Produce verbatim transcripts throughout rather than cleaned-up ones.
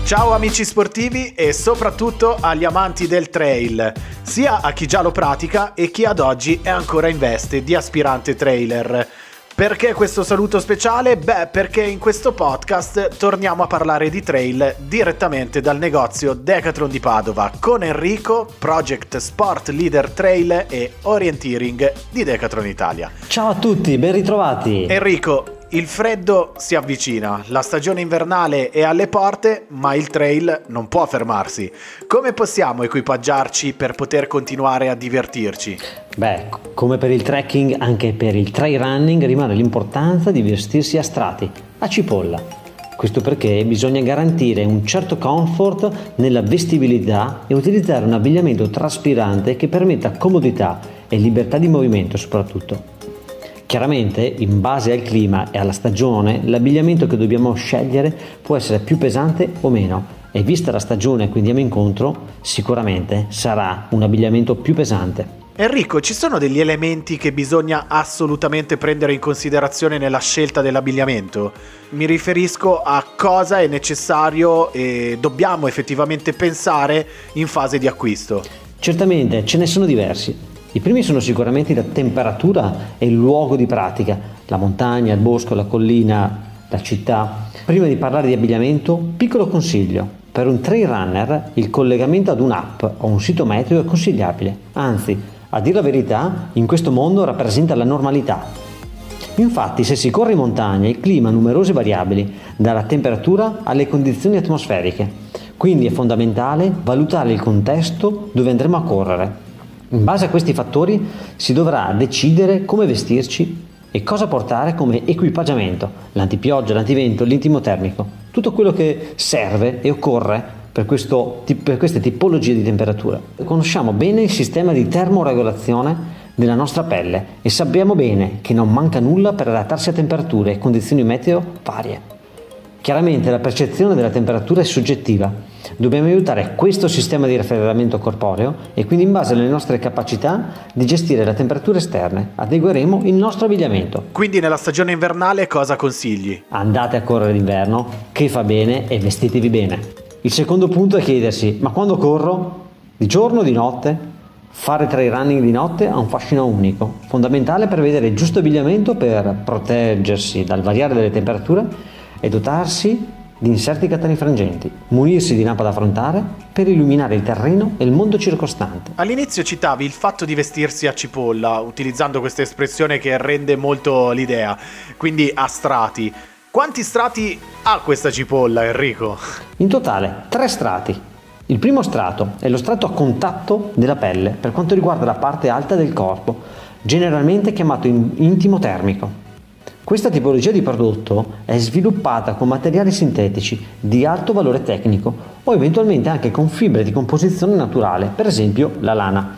Ciao amici sportivi e soprattutto agli amanti del trail, sia a chi già lo pratica e chi ad oggi è ancora in veste di aspirante trailer. Perché questo saluto speciale? Beh, perché in questo podcast torniamo a parlare di trail direttamente dal negozio Decathlon di Padova con Enrico, Project Sport Leader Trail e Orienteering di Decathlon Italia. Ciao a tutti, ben ritrovati! Enrico, il freddo si avvicina, la stagione invernale è alle porte, ma il trail non può fermarsi. Come possiamo equipaggiarci per poter continuare a divertirci? Beh, come per il trekking, anche per il trail running rimane l'importanza di vestirsi a strati, a cipolla. Questo perché bisogna garantire un certo comfort nella vestibilità e utilizzare un abbigliamento traspirante che permetta comodità e libertà di movimento soprattutto. Chiaramente, in base al clima e alla stagione, l'abbigliamento che dobbiamo scegliere può essere più pesante o meno e vista la stagione a cui andiamo incontro, sicuramente sarà un abbigliamento più pesante. Enrico, ci sono degli elementi che bisogna assolutamente prendere in considerazione nella scelta dell'abbigliamento? Mi riferisco a cosa è necessario e dobbiamo effettivamente pensare in fase di acquisto. Certamente, ce ne sono diversi. I primi sono sicuramente la temperatura e il luogo di pratica, la montagna, il bosco, la collina, la città. Prima di parlare di abbigliamento, piccolo consiglio. Per un trail runner il collegamento ad un'app o un sito meteo è consigliabile, anzi, a dire la verità, in questo mondo rappresenta la normalità. Infatti, se si corre in montagna, il clima ha numerose variabili, dalla temperatura alle condizioni atmosferiche, quindi è fondamentale valutare il contesto dove andremo a correre. In base a questi fattori si dovrà decidere come vestirci e cosa portare come equipaggiamento, l'antipioggia, l'antivento, l'intimo termico, tutto quello che serve e occorre per, questo, per queste tipologie di temperatura. Conosciamo bene il sistema di termoregolazione della nostra pelle e sappiamo bene che non manca nulla per adattarsi a temperature e condizioni meteo varie. Chiaramente la percezione della temperatura è soggettiva. Dobbiamo aiutare questo sistema di raffreddamento corporeo e quindi in base alle nostre capacità di gestire le temperature esterne adegueremo il nostro abbigliamento. Quindi nella stagione invernale cosa consigli? Andate a correre d'inverno, che fa bene, e vestitevi bene. Il secondo punto è chiedersi: ma quando corro? Di giorno o di notte? Fare trail running di notte ha un fascino unico, fondamentale per vedere il giusto abbigliamento per proteggersi dal variare delle temperature e dotarsi di inserti catanifrangenti, munirsi di lampada frontale per illuminare il terreno e il mondo circostante. All'inizio citavi il fatto di vestirsi a cipolla, utilizzando questa espressione che rende molto l'idea, quindi a strati. Quanti strati ha questa cipolla, Enrico? In totale tre strati. Il primo strato è lo strato a contatto della pelle per quanto riguarda la parte alta del corpo, generalmente chiamato intimo termico. Questa tipologia di prodotto è sviluppata con materiali sintetici di alto valore tecnico o eventualmente anche con fibre di composizione naturale, per esempio la lana.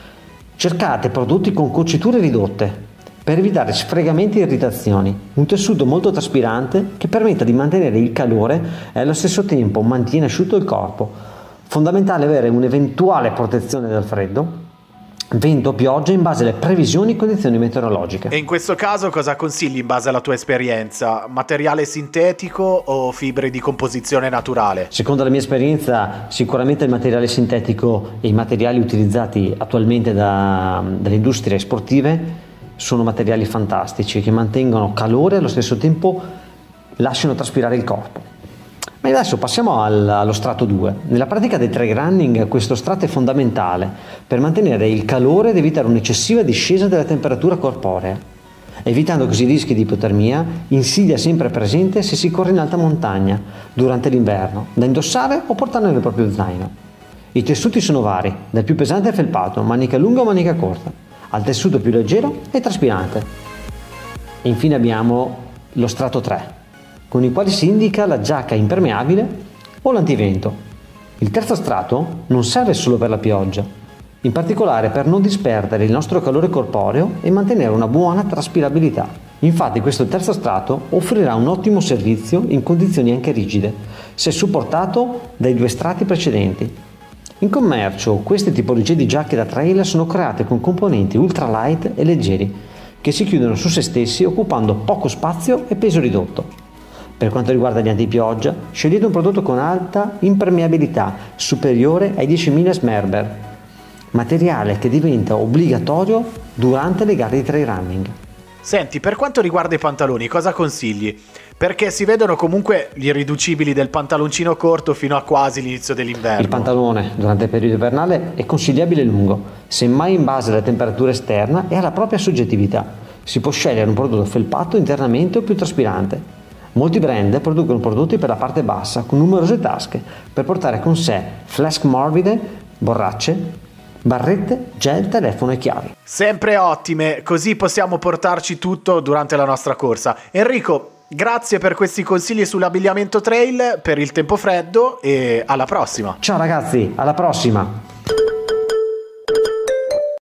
Cercate prodotti con cuciture ridotte per evitare sfregamenti e irritazioni, un tessuto molto traspirante che permetta di mantenere il calore e allo stesso tempo mantiene asciutto il corpo. Fondamentale avere un'eventuale protezione dal freddo, vento o pioggia in base alle previsioni e condizioni meteorologiche. E in questo caso cosa consigli in base alla tua esperienza? Materiale sintetico o fibre di composizione naturale? Secondo la mia esperienza sicuramente il materiale sintetico e i materiali utilizzati attualmente da, dalle industrie sportive sono materiali fantastici che mantengono calore e allo stesso tempo lasciano traspirare il corpo. Ma adesso passiamo al, allo strato due. Nella pratica del trail running questo strato è fondamentale per mantenere il calore ed evitare un'eccessiva discesa della temperatura corporea, evitando così rischi di ipotermia, insidia sempre presente se si corre in alta montagna durante l'inverno, da indossare o portare nel proprio zaino. I tessuti sono vari, dal più pesante al felpato, manica lunga o manica corta, al tessuto più leggero e traspirante. E infine abbiamo lo strato tre. Con i quali si indica la giacca impermeabile o l'antivento. Il terzo strato non serve solo per la pioggia, in particolare per non disperdere il nostro calore corporeo e mantenere una buona traspirabilità. Infatti questo terzo strato offrirà un ottimo servizio in condizioni anche rigide, se supportato dai due strati precedenti. In commercio queste tipologie di giacche da trail sono create con componenti ultralight e leggeri, che si chiudono su se stessi occupando poco spazio e peso ridotto. Per quanto riguarda gli antipioggia, scegliete un prodotto con alta impermeabilità, superiore ai diecimila Smerber, materiale che diventa obbligatorio durante le gare di trail running. Senti, per quanto riguarda i pantaloni, cosa consigli? Perché si vedono comunque gli irriducibili del pantaloncino corto fino a quasi l'inizio dell'inverno. Il pantalone durante il periodo invernale è consigliabile lungo, semmai in base alla temperatura esterna e alla propria soggettività. Si può scegliere un prodotto felpato internamente o più traspirante. Molti brand producono prodotti per la parte bassa con numerose tasche per portare con sé flask morbide, borracce, barrette, gel, telefono e chiavi. Sempre ottime, così possiamo portarci tutto durante la nostra corsa. Enrico, grazie per questi consigli sull'abbigliamento trail, per il tempo freddo e alla prossima. Ciao ragazzi, alla prossima!